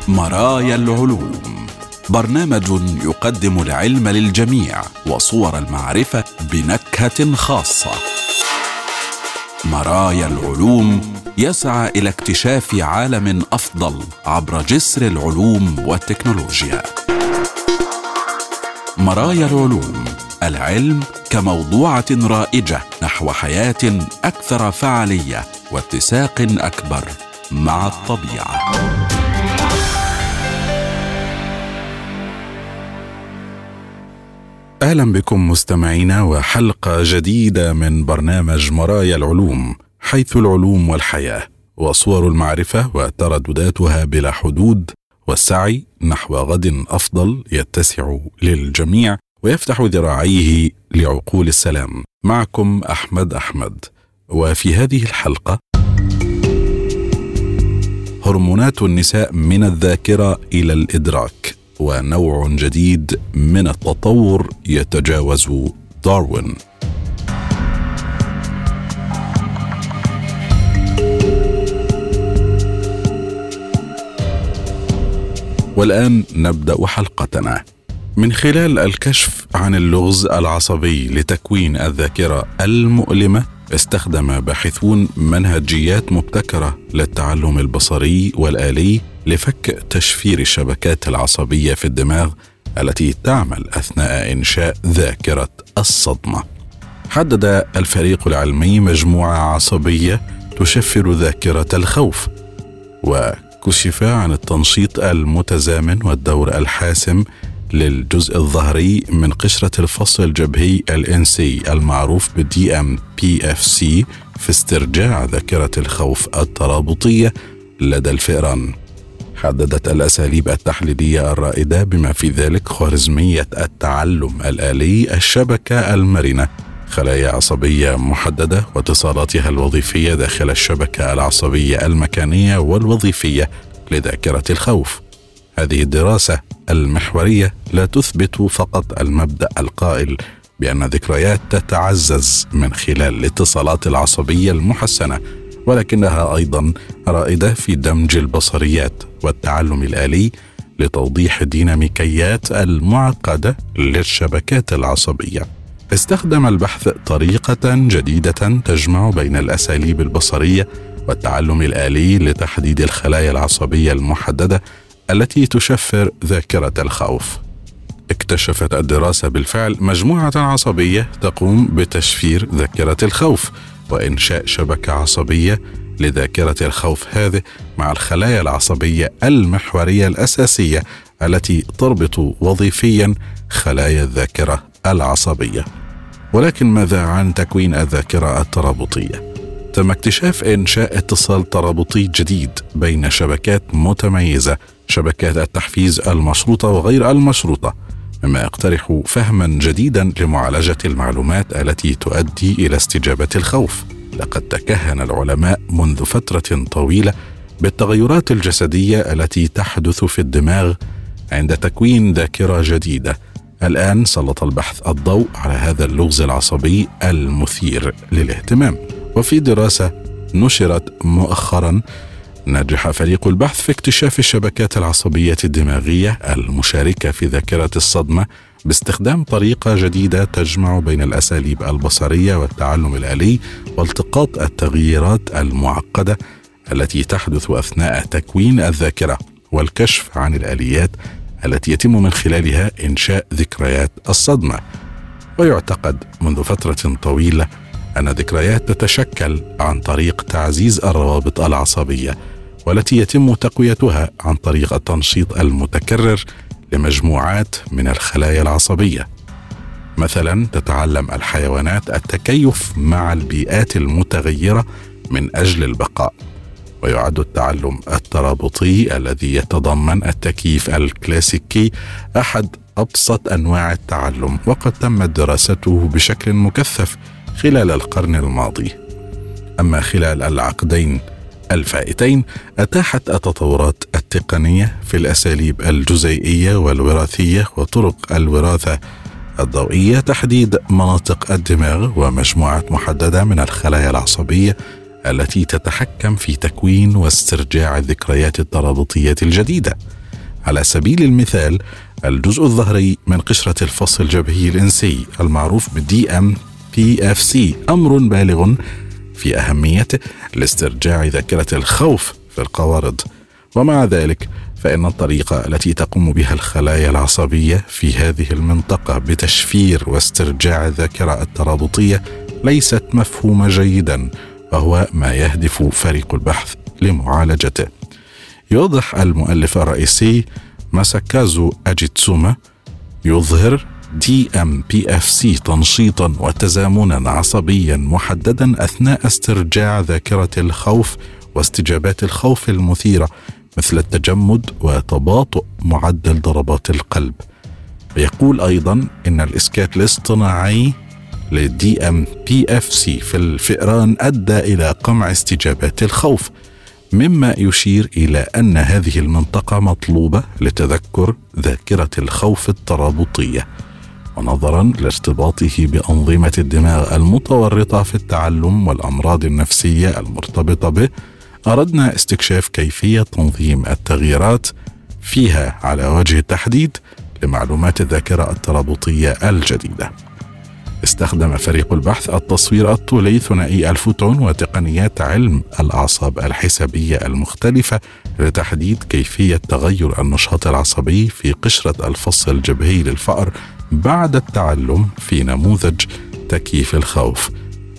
مرايا العلوم، برنامج يقدم العلم للجميع وصور المعرفة بنكهة خاصة. مرايا العلوم يسعى إلى اكتشاف عالم أفضل عبر جسر العلوم والتكنولوجيا. مرايا العلوم، العلم كموضوعة رائجة نحو حياة أكثر فعالية واتساق أكبر مع الطبيعة. أهلا بكم مستمعينا وحلقة جديدة من برنامج مرايا العلوم، حيث العلوم والحياة وصور المعرفة وتردداتها بلا حدود، والسعي نحو غد أفضل يتسع للجميع ويفتح ذراعيه لعقول السلام. معكم أحمد، وفي هذه الحلقة هرمونات النساء من الذاكرة إلى الإدراك، ونوع جديد من التطور يتجاوز داروين. والآن نبدأ حلقتنا من خلال الكشف عن اللغز العصبي لتكوين الذاكرة المؤلمة. استخدم باحثون منهجيات مبتكرة للتعلم البصري والآلي لفك تشفير الشبكات العصبية في الدماغ التي تعمل أثناء إنشاء ذاكرة الصدمة. حدد الفريق العلمي مجموعة عصبية تشفر ذاكرة الخوف، وكشف عن التنشيط المتزامن والدور الحاسم للجزء الظهري من قشرة الفص الجبهي الإنسي المعروف بالDMPFC في استرجاع ذاكرة الخوف الترابطية لدى الفئران. حددت الأساليب التحليلية الرائدة بما في ذلك خوارزمية التعلم الآلي الشبكة المرنة، خلايا عصبية محددة واتصالاتها الوظيفية داخل الشبكة العصبية المكانية والوظيفية لذاكرة الخوف. هذه الدراسة المحورية لا تثبت فقط المبدأ القائل بأن الذكريات تتعزز من خلال الاتصالات العصبية المحسنة، ولكنها أيضا رائدة في دمج البصريات والتعلم الآلي لتوضيح الديناميكيات المعقدة للشبكات العصبية. استخدم البحث طريقة جديدة تجمع بين الأساليب البصرية والتعلم الآلي لتحديد الخلايا العصبية المحددة التي تشفر ذاكرة الخوف. اكتشفت الدراسة بالفعل مجموعة عصبية تقوم بتشفير ذاكرة الخوف وإنشاء شبكة عصبية لذاكرة الخوف هذه مع الخلايا العصبية المحورية الأساسية التي تربط وظيفيا خلايا الذاكرة العصبية. ولكن ماذا عن تكوين الذاكرة الترابطية؟ تم اكتشاف إنشاء اتصال ترابطي جديد بين شبكات متميزة، شبكات التحفيز المشروطة وغير المشروطة، مما يقترح فهما جديدا لمعالجة المعلومات التي تؤدي إلى استجابة الخوف. لقد تكهن العلماء منذ فترة طويلة بالتغيرات الجسدية التي تحدث في الدماغ عند تكوين ذاكرة جديدة. الآن سلط البحث الضوء على هذا اللغز العصبي المثير للاهتمام. وفي دراسة نشرت مؤخرا، نجح فريق البحث في اكتشاف الشبكات العصبية الدماغية المشاركة في ذاكرة الصدمة باستخدام طريقة جديدة تجمع بين الأساليب البصرية والتعلم الآلي والتقاط التغييرات المعقدة التي تحدث أثناء تكوين الذاكرة والكشف عن الآليات التي يتم من خلالها إنشاء ذكريات الصدمة. ويعتقد منذ فترة طويلة أن الذكريات تتشكل عن طريق تعزيز الروابط العصبية، والتي يتم تقويتها عن طريق التنشيط المتكرر لمجموعات من الخلايا العصبية. مثلا تتعلم الحيوانات التكيف مع البيئات المتغيرة من أجل البقاء. ويعد التعلم الترابطي الذي يتضمن التكييف الكلاسيكي أحد أبسط أنواع التعلم، وقد تمت دراسته بشكل مكثف خلال القرن الماضي. أما خلال العقدين الفائتين أتاحت التطورات التقنية في الأساليب الجزيئية والوراثية وطرق الوراثة الضوئية تحديد مناطق الدماغ ومجموعات محددة من الخلايا العصبية التي تتحكم في تكوين واسترجاع الذكريات الترابطية الجديدة. على سبيل المثال الجزء الظهري من قشرة الفص الجبهي الإنسي المعروف DMPFC أمر بالغ في أهميته لاسترجاع ذاكرة الخوف في القوارض. ومع ذلك فإن الطريقة التي تقوم بها الخلايا العصبية في هذه المنطقة بتشفير واسترجاع الذاكرة الترابطية ليست مفهومة جيدا، وهو ما يهدف فريق البحث لمعالجته. يوضح المؤلف الرئيسي ماساكازو أجيتسوما يظهر DMPFC تنشيطا وتزامنا عصبيا محددا أثناء استرجاع ذاكرة الخوف واستجابات الخوف المثيرة مثل التجمد وتباطؤ معدل ضربات القلب. ويقول أيضا إن الإسكات الاصطناعي DMPFC في الفئران أدى إلى قمع استجابات الخوف، مما يشير إلى أن هذه المنطقة مطلوبة لتذكر ذاكرة الخوف الترابطية. ونظرا لارتباطه بأنظمة الدماغ المتورطة في التعلم والأمراض النفسية المرتبطة به، أردنا استكشاف كيفية تنظيم التغييرات فيها على وجه التحديد لمعلومات الذاكرة الترابطية الجديدة. استخدم فريق البحث التصوير الطولي ثنائي الفوتون وتقنيات علم الأعصاب الحسابية المختلفة لتحديد كيفية تغير النشاط العصبي في قشرة الفص الجبهي للفأر بعد التعلم في نموذج تكييف الخوف.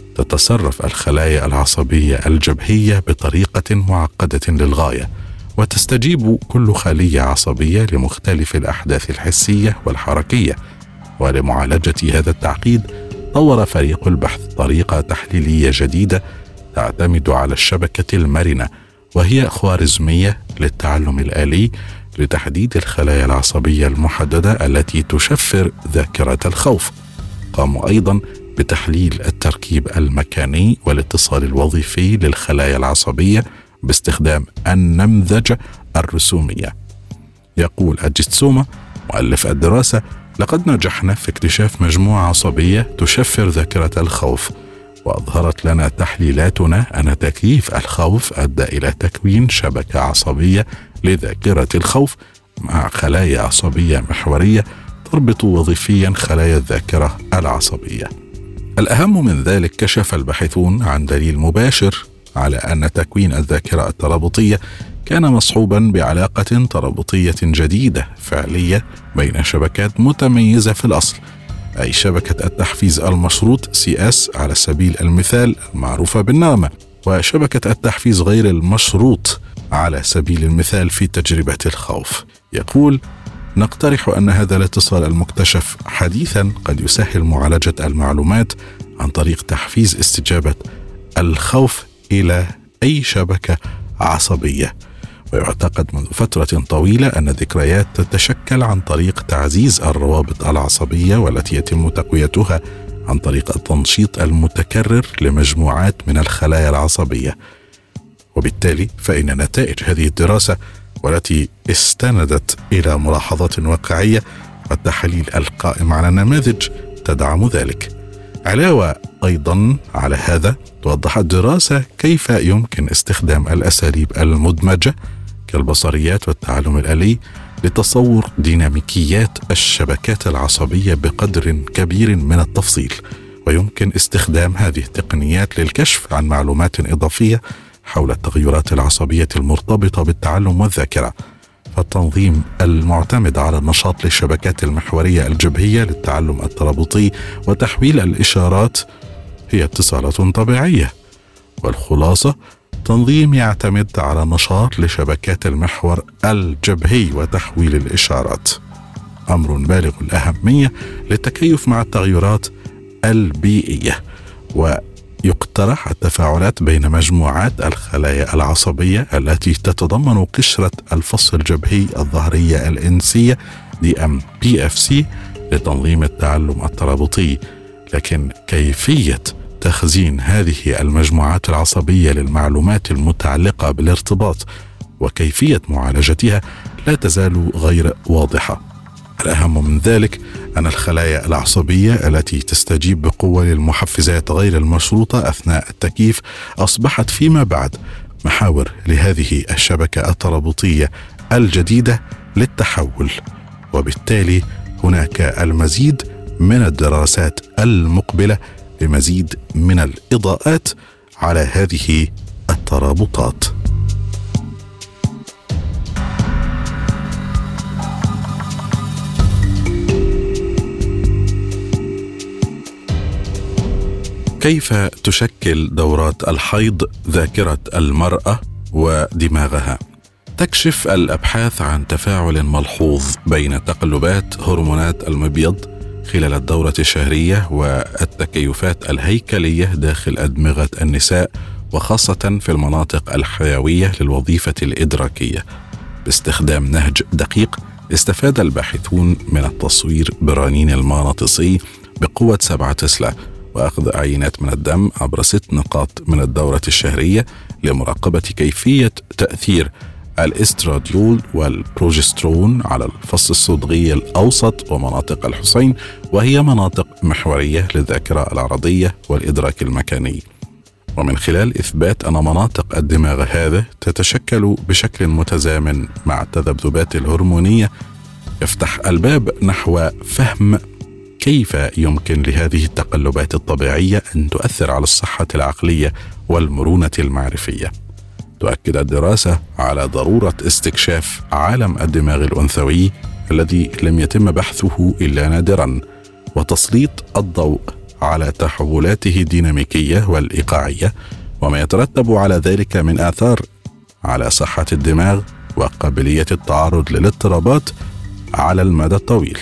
تتصرف الخلايا العصبية الجبهية بطريقة معقدة للغاية، وتستجيب كل خلية عصبية لمختلف الأحداث الحسية والحركية. ولمعالجة هذا التعقيد طور فريق البحث طريقة تحليلية جديدة تعتمد على الشبكة المرنة، وهي خوارزمية للتعلم الآلي لتحديد الخلايا العصبية المحددة التي تشفر ذاكرة الخوف. قاموا أيضا بتحليل التركيب المكاني والاتصال الوظيفي للخلايا العصبية باستخدام النمذجة الرسومية. يقول أجيتسوما مؤلف الدراسة: لقد نجحنا في اكتشاف مجموعة عصبية تشفر ذاكرة الخوف، وأظهرت لنا تحليلاتنا أن تكييف الخوف أدى إلى تكوين شبكة عصبية لذاكرة الخوف مع خلايا عصبية محورية تربط وظيفيا خلايا الذاكرة العصبية. الأهم من ذلك، كشف الباحثون عن دليل مباشر على أن تكوين الذاكرة الترابطية كان مصحوبا بعلاقة ترابطية جديدة فعلية بين شبكات متميزة في الأصل، أي شبكة التحفيز المشروط CS على سبيل المثال المعروفة بالنغمة، وشبكة التحفيز غير المشروط على سبيل المثال في تجربة الخوف. يقول: نقترح أن هذا الاتصال المكتشف حديثا قد يسهل معالجة المعلومات عن طريق تحفيز استجابة الخوف إلى أي شبكة عصبية. ويعتقد منذ فترة طويلة أن الذكريات تتشكل عن طريق تعزيز الروابط العصبية، والتي يتم تقويتها عن طريق التنشيط المتكرر لمجموعات من الخلايا العصبية. وبالتالي فإن نتائج هذه الدراسة، والتي استندت إلى ملاحظات واقعية والتحاليل القائمة على النماذج، تدعم ذلك. علاوة أيضا على هذا، توضح الدراسة كيف يمكن استخدام الأساليب المدمجة كالبصريات والتعلم الآلي لتصور ديناميكيات الشبكات العصبية بقدر كبير من التفصيل. ويمكن استخدام هذه التقنيات للكشف عن معلومات إضافية حول التغيرات العصبية المرتبطة بالتعلم والذاكرة. فالتنظيم المعتمد على النشاط للشبكات المحورية الجبهية للتعلم الترابطي وتحويل الإشارات هي اتصالات طبيعية. والخلاصة: تنظيم يعتمد على النشاط لشبكات المحور الجبهي وتحويل الإشارات، أمر بالغ الأهمية للتكيف مع التغيرات البيئية. ويقترح التفاعلات بين مجموعات الخلايا العصبية التي تتضمن قشرة الفص الجبهي الظهرية الإنسية DMPFC لتنظيم التعلم الترابطي. لكن كيفية تخزين هذه المجموعات العصبية للمعلومات المتعلقة بالارتباط وكيفية معالجتها لا تزال غير واضحة. الأهم من ذلك أن الخلايا العصبية التي تستجيب بقوة للمحفزات غير المشروطة أثناء التكييف أصبحت فيما بعد محاور لهذه الشبكة الترابطية الجديدة للتحول، وبالتالي هناك المزيد من الدراسات المقبلة لمزيد من الإضاءات على هذه الترابطات. كيف تشكل دورات الحيض ذاكرة المرأة ودماغها؟ تكشف الأبحاث عن تفاعل ملحوظ بين تقلبات هرمونات المبيض خلال الدورة الشهرية والتكيفات الهيكلية داخل أدمغة النساء، وخاصة في المناطق الحيوية للوظيفة الإدراكية. باستخدام نهج دقيق استفاد الباحثون من التصوير برنين المغناطيسي بقوة 7 تسلا وأخذ عينات من الدم عبر 6 نقاط من الدورة الشهرية لمراقبة كيفية تأثير الاستراديول والبروجسترون على الفص الصدغي الأوسط ومناطق الحصين، وهي مناطق محورية للذاكرة العرضية والإدراك المكاني. ومن خلال إثبات أن مناطق الدماغ هذه تتشكل بشكل متزامن مع التذبذبات الهرمونية، يفتح الباب نحو فهم كيف يمكن لهذه التقلبات الطبيعية أن تؤثر على الصحة العقلية والمرونة المعرفية. تؤكد الدراسة على ضرورة استكشاف عالم الدماغ الأنثوي الذي لم يتم بحثه إلا نادرا، وتسليط الضوء على تحولاته الديناميكية والإيقاعية وما يترتب على ذلك من آثار على صحة الدماغ وقابلية التعرض للاضطرابات على المدى الطويل.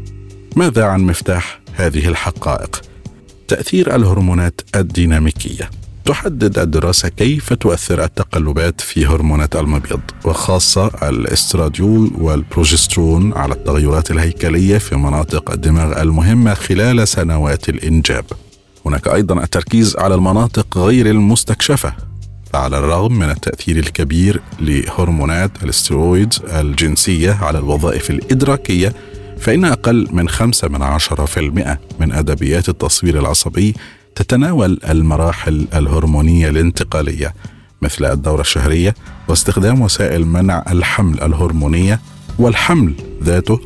ماذا عن مفتاح هذه الحقائق؟ تأثير الهرمونات الديناميكية. تحدد الدراسة كيف تؤثر التقلبات في هرمونات المبيض، وخاصة الاستراديول والبروجسترون، على التغيرات الهيكلية في مناطق الدماغ المهمة خلال سنوات الإنجاب. هناك أيضا التركيز على المناطق غير المستكشفة، فعلى الرغم من التأثير الكبير لهرمونات الاسترويد الجنسية على الوظائف الإدراكية، فإن أقل من 0.5% من أدبيات التصوير العصبي تتناول المراحل الهرمونية الانتقالية مثل الدورة الشهرية واستخدام وسائل منع الحمل الهرمونية والحمل ذاته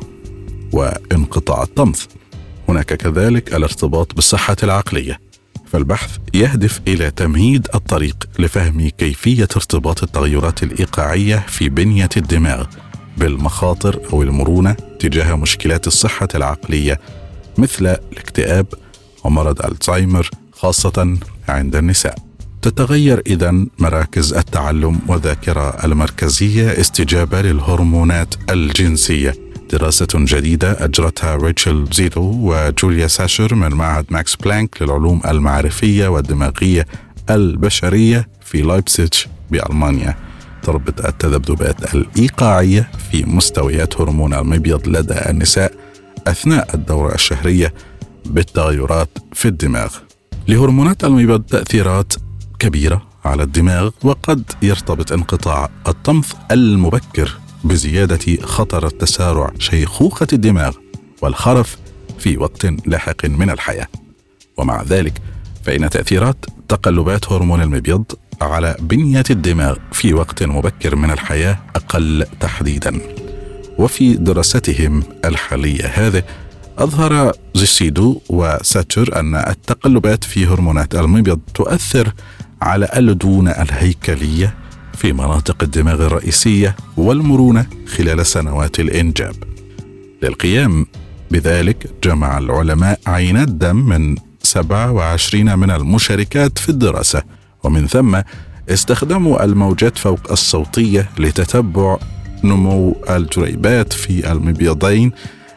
وانقطاع الطمث. هناك كذلك الارتباط بالصحة العقلية، فالبحث يهدف إلى تمهيد الطريق لفهم كيفية ارتباط التغيرات الإيقاعية في بنية الدماغ بالمخاطر أو المرونة تجاه مشكلات الصحة العقلية مثل الاكتئاب ومرض الزهايمر خاصة عند النساء. تتغير إذن مراكز التعلم والذاكرة المركزية استجابة للهرمونات الجنسية. دراسة جديدة أجرتها ريتشل زيتو وجوليا ساشر من معهد ماكس بلانك للعلوم المعرفية والدماغية البشرية في لايبزيج بألمانيا تربط التذبذبات الإيقاعية في مستويات هرمون المبيض لدى النساء أثناء الدورة الشهرية بالتغيرات في الدماغ. لهرمونات المبيض تأثيرات كبيرة على الدماغ، وقد يرتبط انقطاع الطمث المبكر بزيادة خطر تسارع شيخوخة الدماغ والخرف في وقت لاحق من الحياة. ومع ذلك فإن تأثيرات تقلبات هرمون المبيض على بنية الدماغ في وقت مبكر من الحياة أقل تحديدا. وفي دراستهم الحالية هذه أظهر زيسيدو وساتشر أن التقلبات في هرمونات المبيض تؤثر على اللدونة الهيكلية في مناطق الدماغ الرئيسية والمرونة خلال سنوات الإنجاب. للقيام بذلك جمع العلماء عينات دم من 27 من المشاركات في الدراسة، ومن ثم استخدموا الموجات فوق الصوتية لتتبع نمو الجريبات في المبيضين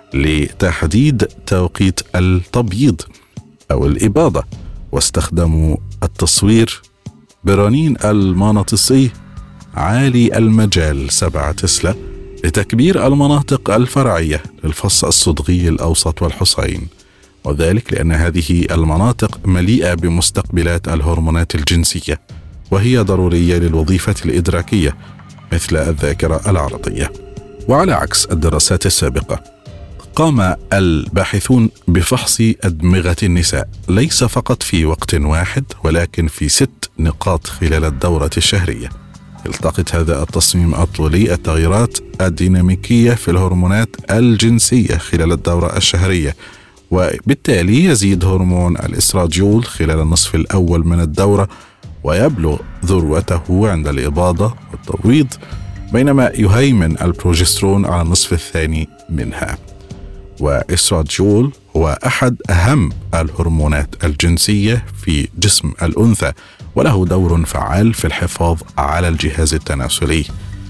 لتحديد توقيت التبييض أو الإباضة، واستخدموا التصوير برنين المغناطيسي عالي المجال 7 تسلا لتكبير المناطق الفرعية للفص الصدغي الأوسط والحصين، وذلك لأن هذه المناطق مليئة بمستقبلات الهرمونات الجنسية، وهي ضرورية للوظيفة الإدراكية مثل الذاكرة العرضية. وعلى عكس الدراسات السابقة، قام الباحثون بفحص أدمغة النساء ليس فقط في وقت واحد، ولكن في 6 نقاط خلال الدورة الشهرية. يلتقط هذا التصميم الطولي التغييرات الديناميكية في الهرمونات الجنسية خلال الدورة الشهرية، وبالتالي يزيد هرمون الاستراديول خلال النصف الأول من الدورة ويبلغ ذروته عند الإباضة والتبويض، بينما يهيمن البروجسترون على النصف الثاني منها. والاستراديول هو أحد أهم الهرمونات الجنسية في جسم الأنثى، وله دور فعال في الحفاظ على الجهاز التناسلي.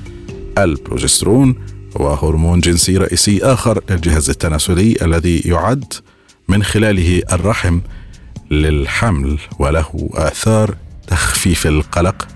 البروجسترون هو هرمون جنسي رئيسي آخر للجهاز التناسلي الذي يعد من خلاله الرحم للحمل، وله آثار تخفيف القلق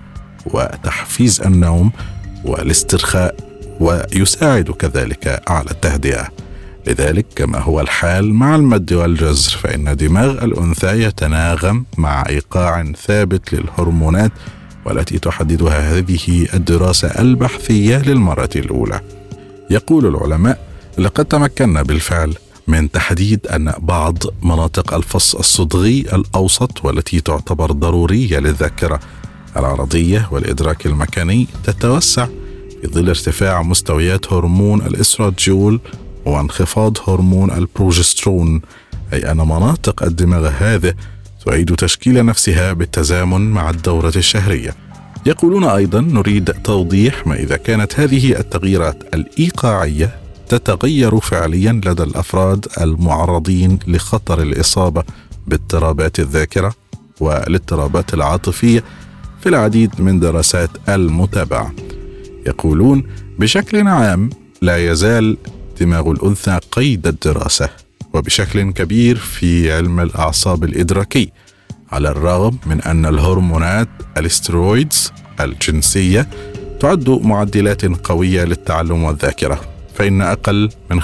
وتحفيز النوم والاسترخاء، ويساعد كذلك على التهدئة. لذلك كما هو الحال مع المد والجزر، فإن دماغ الأنثى يتناغم مع إيقاع ثابت للهرمونات، والتي تحددها هذه الدراسة البحثية للمرة الأولى. يقول العلماء: لقد تمكنا بالفعل من تحديد أن بعض مناطق الفص الصدغي الأوسط، والتي تعتبر ضرورية للذاكرة العرضية والإدراك المكاني، تتوسع في ظل ارتفاع مستويات هرمون الاستراديول وانخفاض هرمون البروجسترون، أي أن مناطق الدماغ هذه تعيد تشكيل نفسها بالتزامن مع الدورة الشهرية. يقولون أيضا: نريد توضيح ما إذا كانت هذه التغييرات الإيقاعية تتغير فعليا لدى الأفراد المعرضين لخطر الإصابة باضطرابات الذاكرة والاضطرابات العاطفية في العديد من دراسات المتابعة. يقولون: بشكل عام لا يزال دماغ الأنثى قيد الدراسة وبشكل كبير في علم الأعصاب الإدراكي، على الرغم من أن الهرمونات الاسترويدز الجنسية تعد معدلات قوية للتعلم والذاكرة، فإن أقل من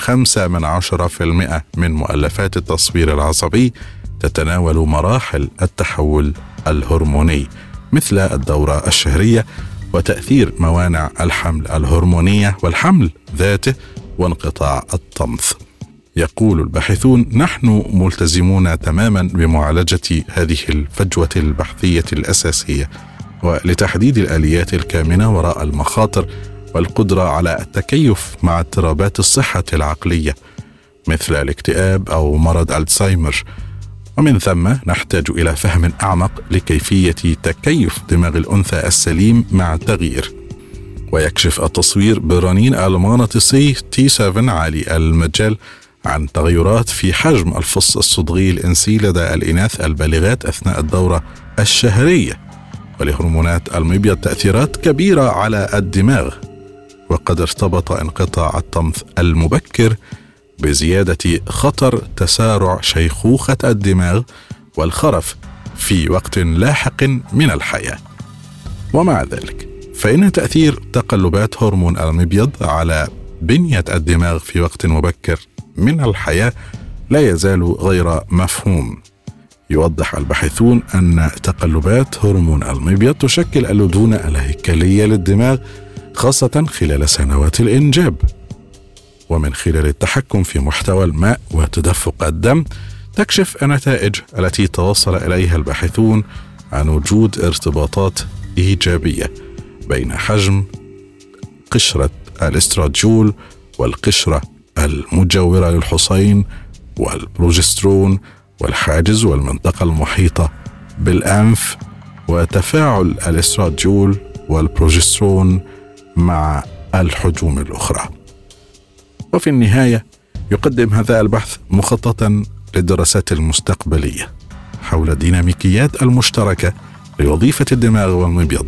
0.5% من مؤلفات التصوير العصبي تتناول مراحل التحول الهرموني مثل الدورة الشهرية وتأثير موانع الحمل الهرمونية والحمل ذاته وانقطاع الطمث. يقول الباحثون: نحن ملتزمون تماما بمعالجة هذه الفجوة البحثية الأساسية، ولتحديد الآليات الكامنة وراء المخاطر والقدرة على التكيف مع اضطرابات الصحة العقلية مثل الاكتئاب أو مرض ألزهايمر. ومن ثم نحتاج إلى فهم أعمق لكيفية تكيف دماغ الأنثى السليم مع التغيير. ويكشف التصوير بالرنين المغناطيسي T7 عالي المجال عن تغيرات في حجم الفص الصدغي الإنسي لدى الإناث البالغات أثناء الدورة الشهرية، ولهرمونات المبيض تأثيرات كبيرة على الدماغ. وقد ارتبط انقطاع الطمث المبكر بزيادة خطر تسارع شيخوخة الدماغ والخرف في وقت لاحق من الحياة. ومع ذلك فإن تأثير تقلبات هرمون المبيض على بنية الدماغ في وقت مبكر من الحياة لا يزال غير مفهوم. يوضح الباحثون أن تقلبات هرمون المبيض تشكل اللدونة الهيكلية للدماغ خاصة خلال سنوات الإنجاب، ومن خلال التحكم في محتوى الماء وتدفق الدم تكشف النتائج التي توصل إليها الباحثون عن وجود ارتباطات إيجابية بين حجم قشرة الاستراديول والقشرة المجاورة للحصين والبروجسترون والحاجز والمنطقة المحيطة بالأنف، وتفاعل الاستراديول والبروجسترون مع الحجوم الأخرى. وفي النهاية يقدم هذا البحث مخططا للدراسات المستقبلية حول الديناميكيات المشتركة لوظيفة الدماغ والمبيض،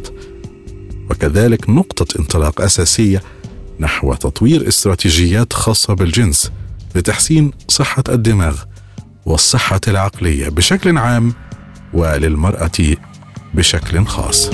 وكذلك نقطة انطلاق أساسية نحو تطوير استراتيجيات خاصة بالجنس لتحسين صحة الدماغ والصحة العقلية بشكل عام وللمرأة بشكل خاص.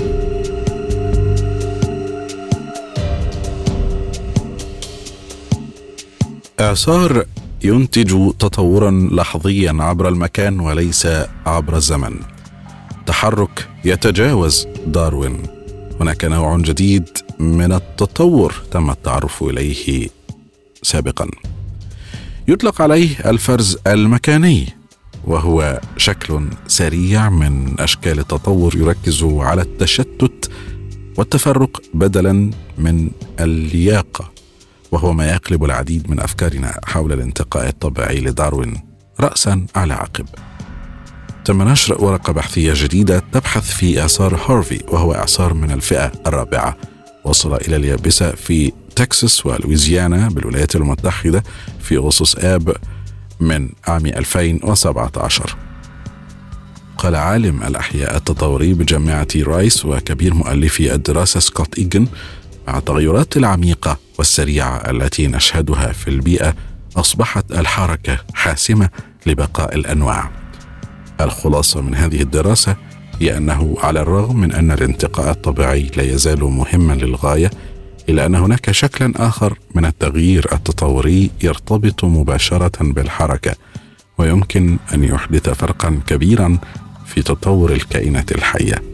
إعصار ينتج تطورا لحظيا عبر المكان وليس عبر الزمن. تحرك يتجاوز داروين. هناك نوع جديد من التطور تم التعرف إليه سابقا، يطلق عليه الفرز المكاني، وهو شكل سريع من أشكال التطور يركز على التشتت والتفرق بدلا من اللياقة، وهو ما يقلب العديد من أفكارنا حول الانتقاء الطبيعي لداروين رأسا على عقب. تم نشر ورقة بحثية جديدة تبحث في إعصار هارفي، وهو إعصار من الفئة الرابعة وصل إلى اليابسة في تكساس ولويزيانا بالولايات المتحدة في أغسطس آب من عام 2017. قال عالم الأحياء التطوري بجامعة رايس وكبير مؤلفي الدراسة سكوت إيغن: مع التغيرات العميقة والسريعة التي نشهدها في البيئة، أصبحت الحركة حاسمة لبقاء الأنواع. الخلاصة من هذه الدراسة هي أنه على الرغم من أن الانتقاء الطبيعي لا يزال مهما للغاية، إلا أن هناك شكلا آخر من التغيير التطوري يرتبط مباشرة بالحركة، ويمكن أن يحدث فرقا كبيرا في تطور الكائنات الحية.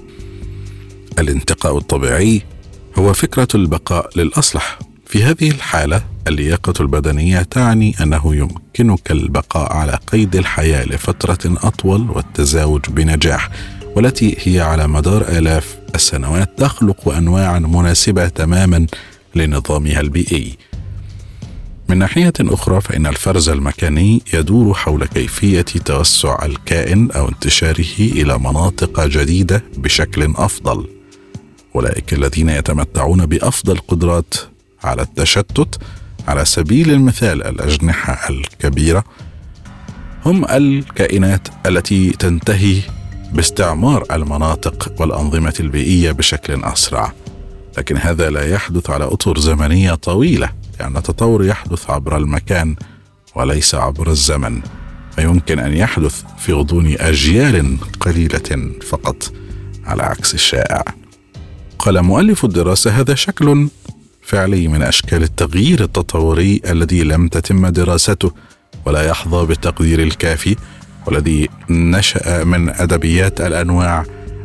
الانتقاء الطبيعي هو فكرة البقاء للأصلح. في هذه الحالة اللياقة البدنية تعني أنه يمكنك البقاء على قيد الحياة لفترة أطول والتزاوج بنجاح، والتي هي على مدار آلاف السنوات تخلق أنواعا مناسبة تماما لنظامها البيئي. من ناحية أخرى، فإن الفرز المكاني يدور حول كيفية توسع الكائن أو انتشاره إلى مناطق جديدة بشكل أفضل. أولئك الذين يتمتعون بأفضل قدرات على التشتت، على سبيل المثال الأجنحة الكبيرة، هم الكائنات التي تنتهي باستعمار المناطق والأنظمة البيئية بشكل أسرع. لكن هذا لا يحدث على أطر زمنية طويلة، لأن التطور يحدث عبر المكان وليس عبر الزمن، فيمكن أن يحدث في غضون أجيال قليلة فقط، على عكس الشائع. قال مؤلف الدراسة: هذا شكل فعلي من أشكال التغيير التطوري الذي لم تتم دراسته ولا يحظى بالتقدير الكافي، والذي نشأ من أدبيات الأنواع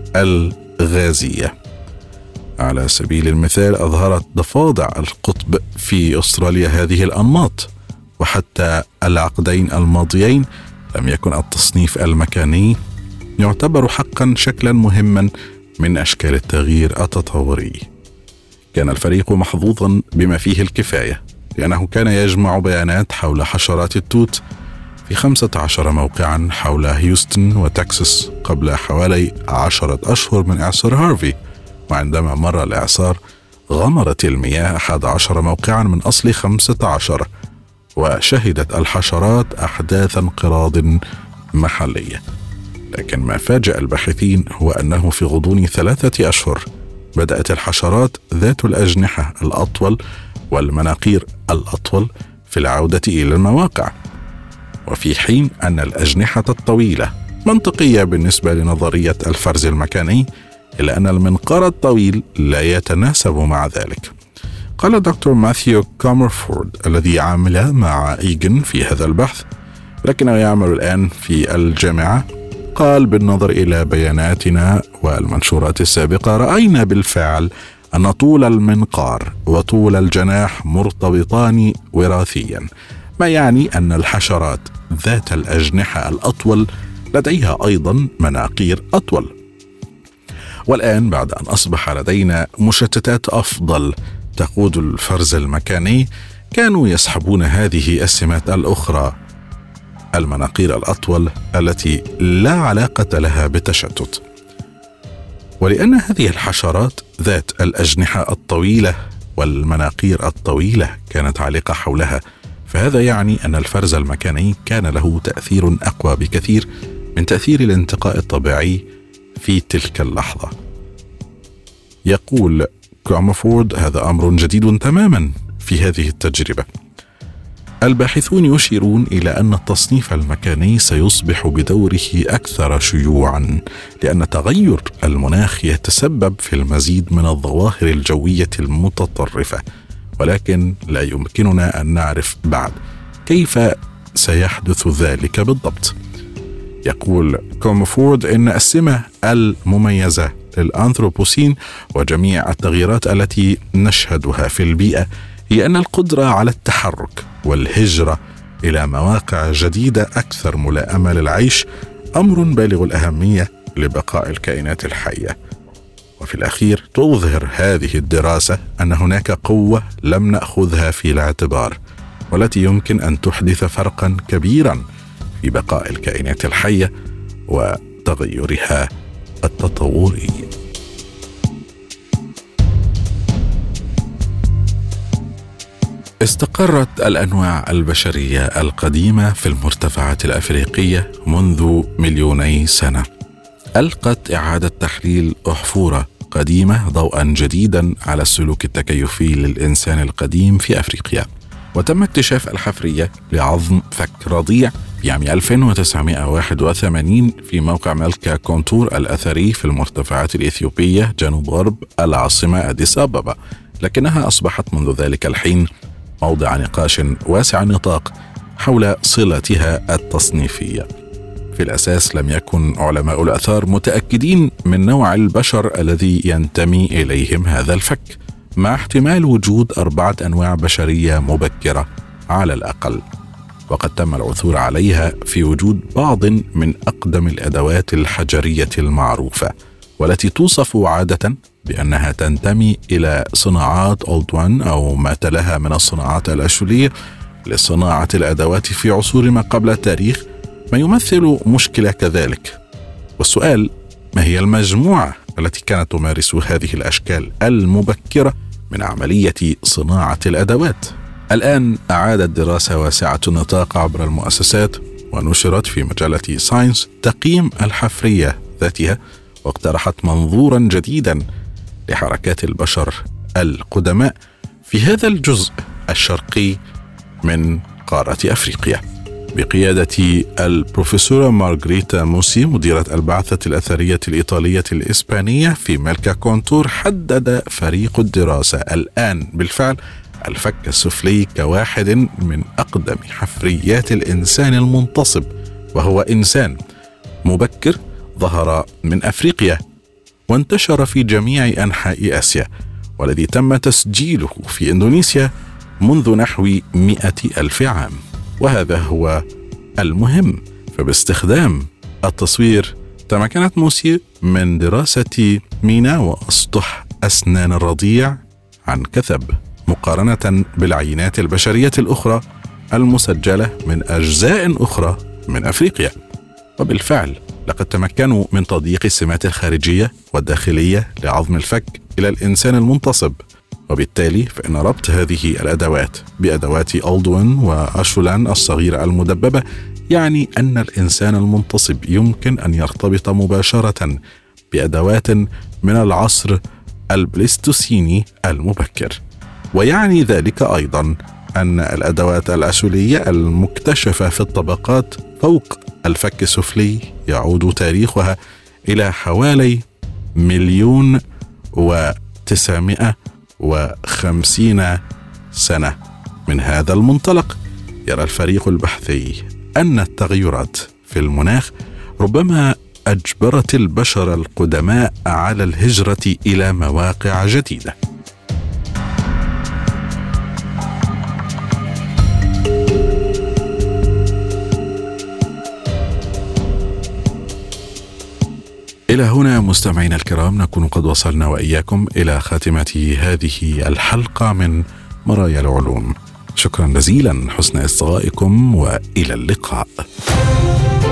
الغازية. على سبيل المثال، أظهرت ضفادع القطب في أستراليا هذه الأنماط، وحتى العقدين الماضيين لم يكن التصنيف المكاني يعتبر حقا شكلا مهما من أشكال التغيير التطوري. كان الفريق محظوظا بما فيه الكفاية، لأنه كان يجمع بيانات حول حشرات التوت في 15 موقعا حول هيوستن وتكساس قبل حوالي 10 أشهر من إعصار هارفي. وعندما مر الإعصار غمرت المياه 11 موقعا من أصل 15، وشهدت الحشرات أحداث انقراض محلية. لكن ما فاجأ الباحثين هو أنه في غضون 3 أشهر بدأت الحشرات ذات الأجنحة الأطول والمناقير الأطول في العودة إلى المواقع، وفي حين أن الأجنحة الطويلة منطقية بالنسبة لنظرية الفرز المكاني، إلا أن المنقار الطويل لا يتناسب مع ذلك. قال دكتور ماثيو كومرفورد الذي عمل مع إيغن في هذا البحث، لكنه يعمل الآن في الجامعة، قال: بالنظر إلى بياناتنا والمنشورات السابقة، رأينا بالفعل أن طول المنقار وطول الجناح مرتبطان وراثيا، ما يعني أن الحشرات ذات الأجنحة الأطول لديها أيضا مناقير أطول. والآن بعد أن أصبح لدينا مشتتات أفضل تقود الفرز المكاني، كانوا يسحبون هذه السمات الأخرى، المناقير الأطول التي لا علاقة لها بالتشتت. ولأن هذه الحشرات ذات الأجنحة الطويلة والمناقير الطويلة كانت عالقة حولها، فهذا يعني أن الفرز المكاني كان له تأثير أقوى بكثير من تأثير الانتقاء الطبيعي في تلك اللحظة. يقول كومرفورد: هذا أمر جديد تماما في هذه التجربة. الباحثون يشيرون إلى أن التصنيف المكاني سيصبح بدوره أكثر شيوعا، لأن تغير المناخ يتسبب في المزيد من الظواهر الجوية المتطرفة، ولكن لا يمكننا أن نعرف بعد كيف سيحدث ذلك بالضبط. يقول كومرفورد إن السمة المميزة للأنثروبوسين وجميع التغييرات التي نشهدها في البيئة هي أن القدرة على التحرك والهجرة إلى مواقع جديدة أكثر ملائمة للعيش أمر بالغ الأهمية لبقاء الكائنات الحية. وفي الأخير تظهر هذه الدراسة أن هناك قوة لم نأخذها في الاعتبار، والتي يمكن أن تحدث فرقا كبيرا في بقاء الكائنات الحية وتغيرها التطوري. استقرت الأنواع البشرية القديمة في المرتفعات الأفريقية منذ مليوني سنة. ألقت إعادة تحليل أحفورة قديمة ضوءا جديدا على السلوك التكيفي للإنسان القديم في أفريقيا، وتم اكتشاف الحفرية لعظم فك رضيع في عام 1981 في موقع ملكا كونتور الأثري في المرتفعات الإثيوبية جنوب غرب العاصمة أديس أبابا، لكنها أصبحت منذ ذلك الحين موضع نقاش واسع النطاق حول صلتها التصنيفية. في الأساس لم يكن علماء الآثار متأكدين من نوع البشر الذي ينتمي إليهم هذا الفك، مع احتمال وجود 4 أنواع بشرية مبكرة على الأقل، وقد تم العثور عليها في وجود بعض من أقدم الأدوات الحجرية المعروفة، والتي توصف عادة بأنها تنتمي إلى صناعات أولد وان أو ما تلاها من الصناعات الأشولية لصناعة الأدوات في عصور ما قبل التاريخ، ما يمثل مشكلة كذلك. والسؤال: ما هي المجموعة التي كانت تمارس هذه الأشكال المبكرة من عملية صناعة الأدوات؟ الآن أعادت دراسة واسعة النطاق عبر المؤسسات ونشرت في مجلة ساينس تقييم الحفرية ذاتها، واقترحت منظورا جديدا لحركات البشر القدماء في هذا الجزء الشرقي من قارة أفريقيا، بقيادة البروفيسورة مارغريتا موسي مديرة البعثة الأثرية الإيطالية الإسبانية في ملكا كونتور. حدد فريق الدراسة الآن بالفعل الفك السفلي كواحد من أقدم حفريات الإنسان المنتصب، وهو إنسان مبكر ظهر من أفريقيا وانتشر في جميع أنحاء آسيا، والذي تم تسجيله في إندونيسيا منذ نحو 100,000 عام. وهذا هو المهم، فباستخدام التصوير تمكنت موسي من دراسة مينا وأسطح أسنان الرضيع عن كثب، مقارنة بالعينات البشرية الأخرى المسجلة من أجزاء أخرى من أفريقيا. وبالفعل لقد تمكنوا من تضييق السمات الخارجية والداخلية لعظم الفك إلى الإنسان المنتصب، وبالتالي فإن ربط هذه الأدوات بأدوات أولدوين وأشولان الصغيرة المدببة يعني أن الإنسان المنتصب يمكن أن يرتبط مباشرة بأدوات من العصر البليستوسيني المبكر، ويعني ذلك أيضا أن الأدوات الأشولية المكتشفة في الطبقات فوق الفك السفلي يعود تاريخها إلى حوالي 1,950,000 سنة. من هذا المنطلق يرى الفريق البحثي أن التغيرات في المناخ ربما أجبرت البشر القدماء على الهجرة إلى مواقع جديدة. إلى هنا مستمعينا الكرام نكون قد وصلنا وإياكم إلى خاتمة هذه الحلقة من مرايا العلوم. شكرا جزيلا حسن إصغائكم وإلى اللقاء.